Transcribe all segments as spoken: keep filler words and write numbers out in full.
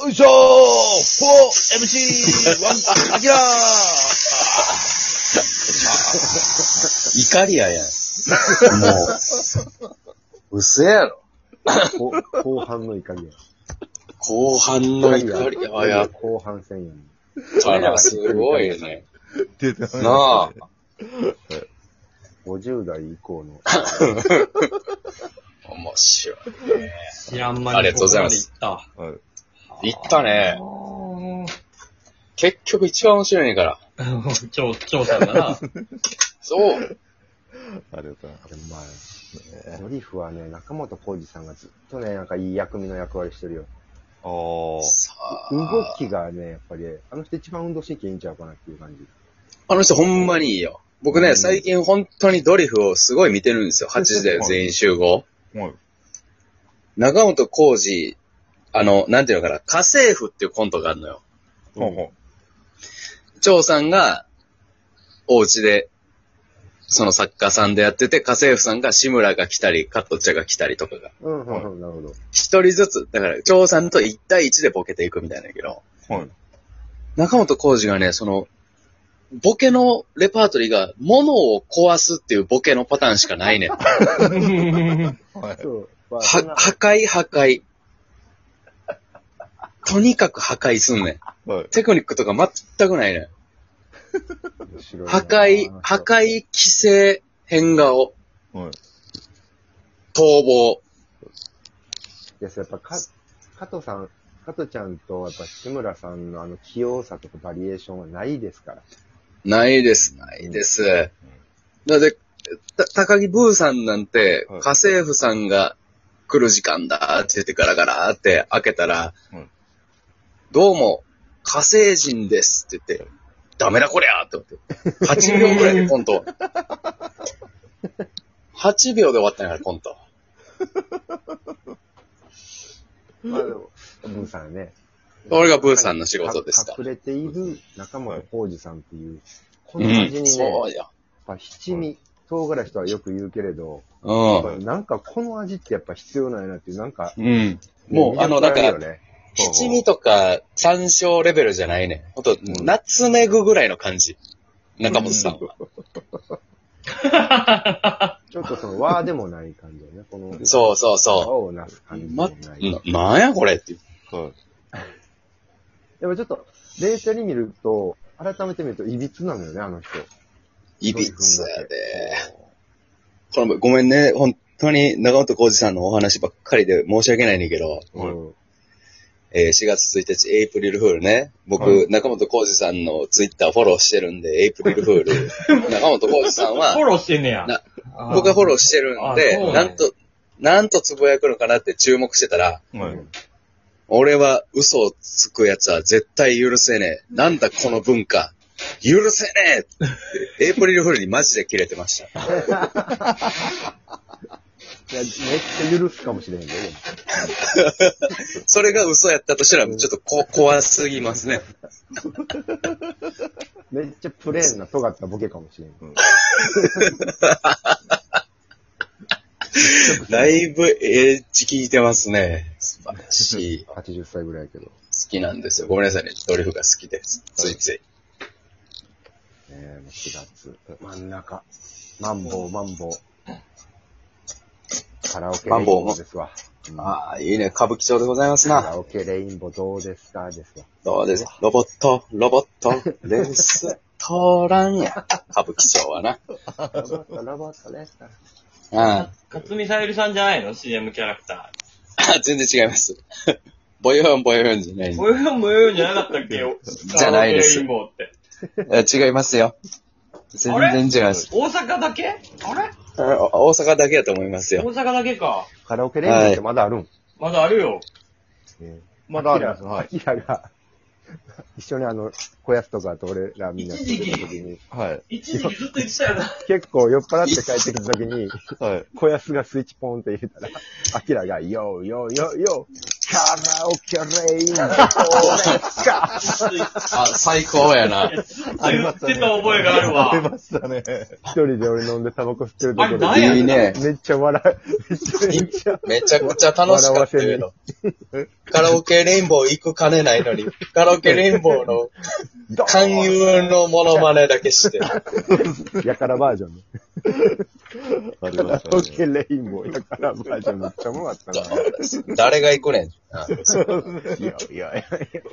よいしょー !フォーエムシーワン アキラー怒りややん。もう、嘘やろ。 後半の怒りや。 後半の怒りや。や後半戦やね。 あら、すごいね。 出てないなあ。 ごじゅう代以降の。 面白い。 知らん間にありがとうございます。 ここまで行ったね。 行った。 結局一番面白いねんから。 超、超さんだな。 そう。 ありがとうございます。 でもまあ、ドリフはね、中本浩二さんがずっとね、なんかいい役身の役割してるよ。 あー。 さあ動きがね、やっぱり、あの人一番運動神経いいんちゃうかなっていう感じ。 あの人ほんまにいいよ。僕ね、最近本当にドリフをすごい見てるんですよ。はちじだよ、全員集合。 はい。 中本浩二、あの、なんていうのかな、家政婦っていうコントがあるのよ。 ほうほ張さんが、お家で、その作家さんでやってて、家政婦さんが志村が来たり、加藤茶が来たりとかが。 うん、うん、うん、なるほど。 一人ずつ、だから、張さんと一対一でボケていくみたいなんだけど、 う。はい。 中本浩二がね、その、ボケのレパートリーが、物を壊すっていうボケのパターンしかないねん。 はい。 そう。まあは、 そんな破壊、破壊。とにかく破壊すんねん。 はい。 テクニックとか全くないねん。 面白いな破壊、破壊、規制、変顔、 はい。 逃亡。 いや、やっぱか、加藤さん、加藤ちゃんと、やっぱ志村さんのあの器用さとかバリエーションはないですから。 ないです、ないです。だって、た高木ブーさんなんて、 はい家政婦さんが来る時間だって言ってガラガラって開けたら、 はいどうも、火星人ですって言って、ダメだこりゃーって思って。はちびょうぐらいでコント。はちびょうで終わったんやから、コント。 まあでも、ブーさんね。 これがブーさんの仕事ですか隠れている中本浩二さんっていう、こうの味にん、 ね、 そうよ。 やっぱ七味、唐辛子とはよく言うけれど、 うん。 なんかこの味ってやっぱ必要なんやなっていう、なんか、 うん。もう、あの、なんか、 ね、 七味とか山椒レベルじゃないね。ほんと、ナツメグぐらいの感じ。中本さんは。 ちょっとその和でもない感じよね。この、 そうそう和そをなす感う。 じでもま、 ない。 ななんやこれっていう。 はい。 でもちょっと、冷静に見ると、改めて見ると、いびつなのよね、あの人。 いびつやで。これごめんね。本当に中本浩二さんのお話ばっかりで申し訳ないねんけど、 うん。 えーしがつついたち、エイプリルフールね。僕、 はい中本浩二さんのツイッターフォローしてるんで、エイプリルフール。中本浩二さんはフォ、ローしてんねや。 な僕がフォローしてるんあで、 そうなんやなんと、なんとつぶやくのかなって注目してたら、 はい。 俺は嘘をつく奴は絶対許せねえ。なんだこの文化。許せねえってエイプリルフールにマジでキレてました。 いや、めっちゃ許すかもしれへんね。 それが嘘やったとしたら、ちょっとこ怖すぎますね。 めっちゃプレーンな尖ったボケかもしれん。 だいぶエッジ効いてますね。素晴らしい。好はちじゅっさいぐらいやけど。 きなんですよ。ごめんなさいね。ドリフが好きです。ついつい。 えー、もうしがつ。真ん中。マンボウ、マンボウ。カラオケレインボーですわ。 ああ、いいね。歌舞伎町でございますな。 カラオケレインボーどうですかですわ。 どうですロボット、ロボット、レストランや。歌舞伎町はな。 ロボット、ロボットレストラン。 あ勝見さゆりさんじゃないの ?シーエム キャラクタあ、全然違います。ボヨヨンボヨヨンじゃないんー。 でボヨヨンボヨヨンじゃなかったっけよ。 じゃないですレインボーって。 え違いますよ。全然違います。 大阪だけあれあ大阪だけだと思いますよ。 大阪だけか。 カラオケレインボーってまだあるん、 まだあるよ。 えー、 まだあります。はい。 アキラが、一緒にあの、小安とかと俺らみんなで行った時に、 はい。 一時期ずっと言ってたよな。 結構酔っ払って帰ってきた時に、 はい。 小安がスイッチポンって入れたら、アキラが、ヨーヨーヨーヨー、 カラオケレインボーですか。 あ、最高やな。 言ってた覚えがあるわ。 ありましたね。 一人で俺飲んでタバコ吸ってるとこあれ何やで。 いいね。 めっちゃ笑い、めちゃめちゃ。 めちゃくちゃ楽しかったけど。カラオケレインボー行く金ないのに、カラオケレインボーの勧誘のモノマネだけして。 やからバージョンね。 ありまカラオケしたね。 レインボーやからバージョンめっちゃうまかったな。 誰が行くねん。あいやいやいやいや。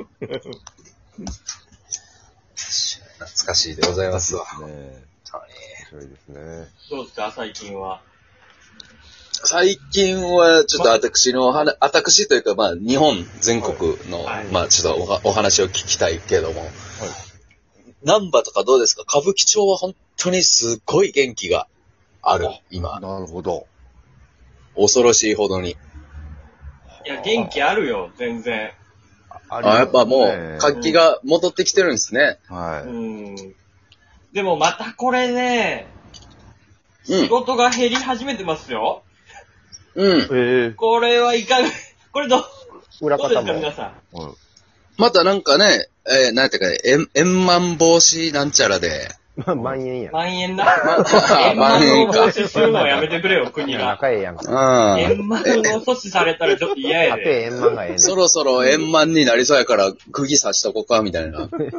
懐かしいでございますわ。 ね面白いですね。 どうですか、最近は。 最近は、ちょっと私の話、私というか、まあ、日本全国の、 はいまあ、ちょっとおはお話を聞きたいけども、難波とかどうですか？歌舞伎町は本当にすごい元気がある、今。 なるほど。 恐ろしいほどに。 いや、元気あるよ、全然。 あ、やっぱもう、活気が戻ってきてるんですね。 はうい。 ん。でもまたこれね、 うん仕事が減り始めてますよ。 うん。 ええ。 これはいかが、これど、 裏どうです方も。 か皆さん。 はいまたなんかね、えー、なんていうかね、円円満防止なんちゃらで、 まあ、万円やん。 万円な。 あ円満を万円か防止するのはやめてくれよ、国が。 仲ええやんか。 うん。 円満を阻止されたらちょっと嫌や家で。 庭円満がええねん。 そろそろ円満になりそうやから、釘刺しとこうか、みたいな。 万円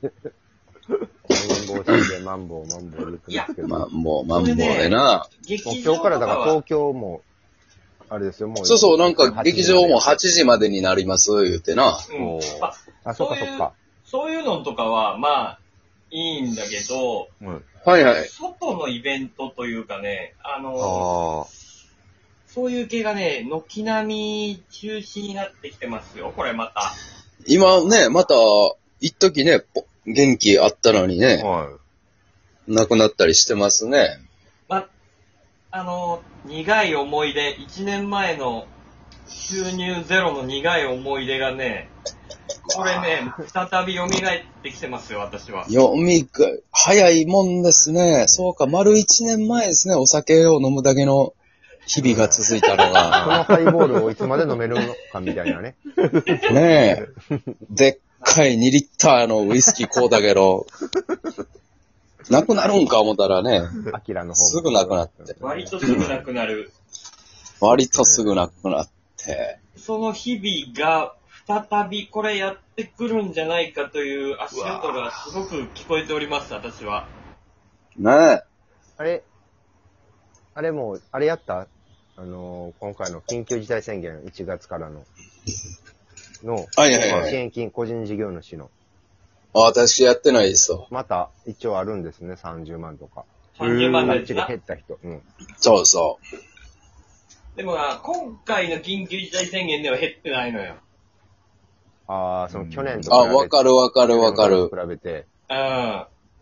防止でマンボウ、マンボウ言ってますけど。 まあ、もう、まんもうでな。 もう劇場とか今日からだからは東京も、あれですよ、もう。 そうそう、なんか劇場もはち時じまでになります、言ってな。 うんおーまあまで。あ、そっかそっか。 そういうのとかは、まあ、いいんだけど、 はい。 はいはい。 外のイベントというかね、あの、 あそういう系がね、軒並み中止になってきてますよ、これまた。 今ね、また、一時ね、ぽ元気あったのにあ。 ね、 はなくなったりしてますね。 ま、あの、苦い思い出、いちねんまえの収入ゼロの苦い思い出がね、これね、再び蘇ってきてますよ、私は。 読みが、早いもんですね。そうか、丸一年前ですね、お酒を飲むだけの日々が続いたのこのが。 ハイボールをいつまで飲めるのかみたいなね。 ねえ。でっかいにリッターのウイスキー買うたけど、なくなるんか思ったらね、 アキラの方すぐなくなって。 割とすぐなくなる。 割とすぐなくなって。 その日々が再びこれやってくるんじゃないかという足音がすごく聞こえております、私は。 ねえ。 あれ、あれもう、あれやったあのー、今回の緊急事態宣言いちがつからの、の、 はいはいはい支援金、個人事業主の、 あ、私やってないですよ。 また一応あるんですね、さんじゅうまんとか。 さんじゅうまんのあっちでやつな。 減った人。うん。 そうそでもな、今回の緊急事態宣言では減ってないのよ。 ああ、その去年とう。あ、わかるわかるわかる。 比べて、 うん。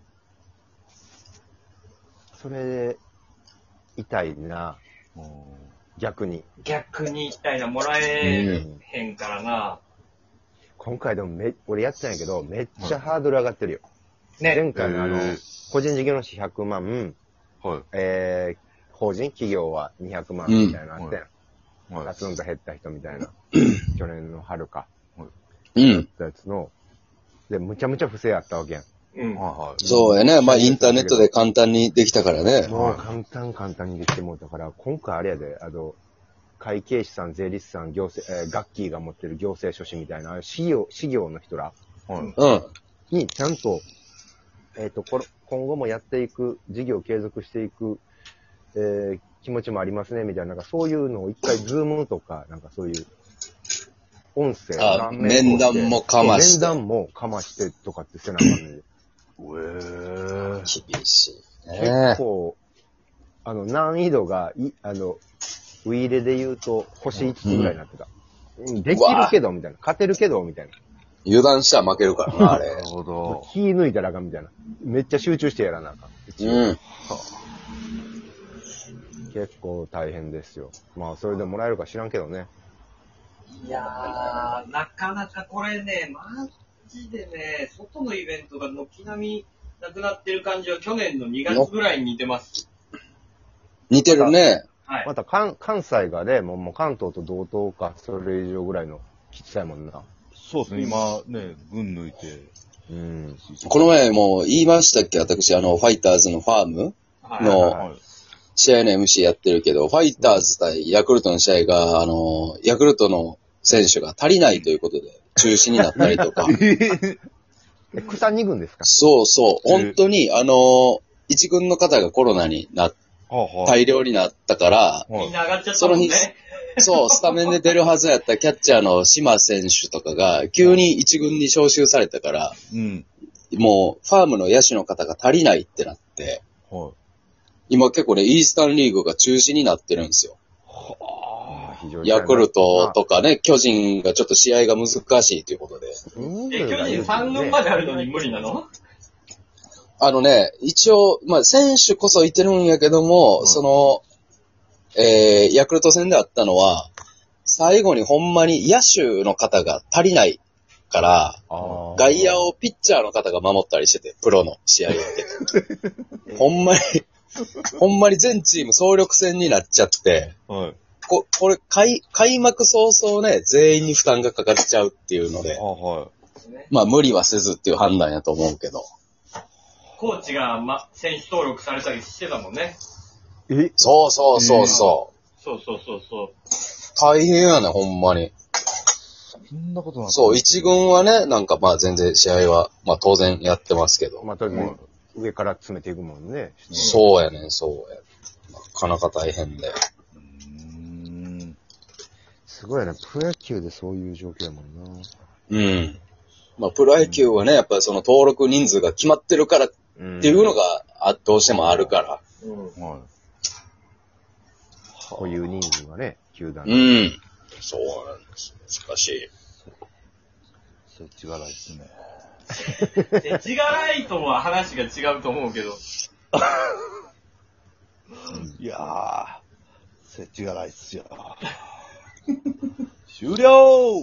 それで、痛いな、 あ。 逆に。 逆に痛いな、もらえへんからな。 今回でもめ、俺やってたんやけど、めっちゃハードル上がってるよ。 ね。 前回のあのへー、 個人事業主ひゃくまん、 はい。 えー、法人企業はにひゃくまんみたいなのあってん。 はい。 ガツンと減った人みたいな。去年の春か。 うん。 やつの、で、むちゃむちゃ不正あったわけやん。 うん。 はいはい。 そうやね。まあ、インターネットで簡単にできたからね。 もう簡単簡単にできてもうたから、今回あれやで、あの、会計士さん、税理士さん、行政、えー、ガッキーが持ってる行政書士みたいな、ああいう事業、事業の人らはい。 うん。 にちゃんと、えっ、と、これ、今後もやっていく、事業を継続していく、えー、気持ちもありますね、みたいな、なんかそういうのを一回、ズームとか、なんかそういう、音声、 あ画面面談もかましてそう面談もかましてとかってせなあかんねんで。 えー。 厳しいね結。構、あの、難易度が、い、あの、ウイイレで言うと、星いつつぐらいになってた。うんできるけど、みたいな。勝てるけど、みたいな。 油断したら負けるからな、あれな。るほど。 気抜いたらあかんみたいな。めっちゃ集中してやらなあかん。一応うん。 結構大変ですよ。まあ、それでもらえるか知らんけどね。 いやー、なかなかこれね、マジでね、外のイベントが軒並みなくなってる感じは去年のにがつぐらいに似てます。 似てるね。 はい。 また関関西がね、もうもう関東と同等か、それ以上ぐらいのきつさやもんな。 そうですね、今ね、群抜いて。 うん。 この前も言いましたっけ私、あの、ファイターズのファームはい。 のはい。 試合の エムシー やってるけど、ファイターズ対ヤクルトの試合が、あの、ヤクルトの選手が足りないということで中止になったりとか。 え、草に軍ですか？ そうそう。本当に、あの、一軍の方がコロナになっ、 はあはあ大量になったから、 みんな上がっちゃったもんね。 そう、スタメンで出るはずやったキャッチャーの島選手とかが、急に一軍に招集されたから、 うん。 もう、ファームの野手の方が足りないってなって、 はい。 今結構ね、イースタンリーグが中止になってるんですよ。 ああ、非常に。 ヤクルトとかね、巨人がちょっと試合が難しいということで。 え、巨人さん軍まであるのに無理なの？ あのね、一応、まあ、選手こそいてるんやけども、 うん、 その、えー、ヤクルト戦であったのは、最後にほんまに野手の方が足りないから、 あー外野をピッチャーの方が守ったりしてて、プロの試合って。ほんまに、ほんまに全チーム総力戦になっちゃって、 はい。 こ、これ、開、開幕早々ね、全員に負担がかかっちゃうっていうのであ、はい。 まあ無理はせずっていう判断やと思うけど。 コーチが、ま、選手登録されたりしてたもんね。 えそうそうそうそう。 そうそうそうそう。 大変やね、ほんまに。 そんなことなんそう、一軍はね、なんかまあ全然試合は、まあ当然やってますけど。 まあ、とりあえず上から詰めていくもんね。 そうやねん、そうやねん。なかなか大変で。 うーん。 すごいね。プロ野球でそういう状況やもんな。 うん。まあプロ野球はね、やっぱりその登録人数が決まってるからっていうのが、あどうしてもあるから。 うん。 はい。 こういう人数がね、球団うで。 ん。そうなんです。難しい。 そっちがないですね。 手ちがらいとは話が違うと思うけど。 いやー、せちがないっすよ。終了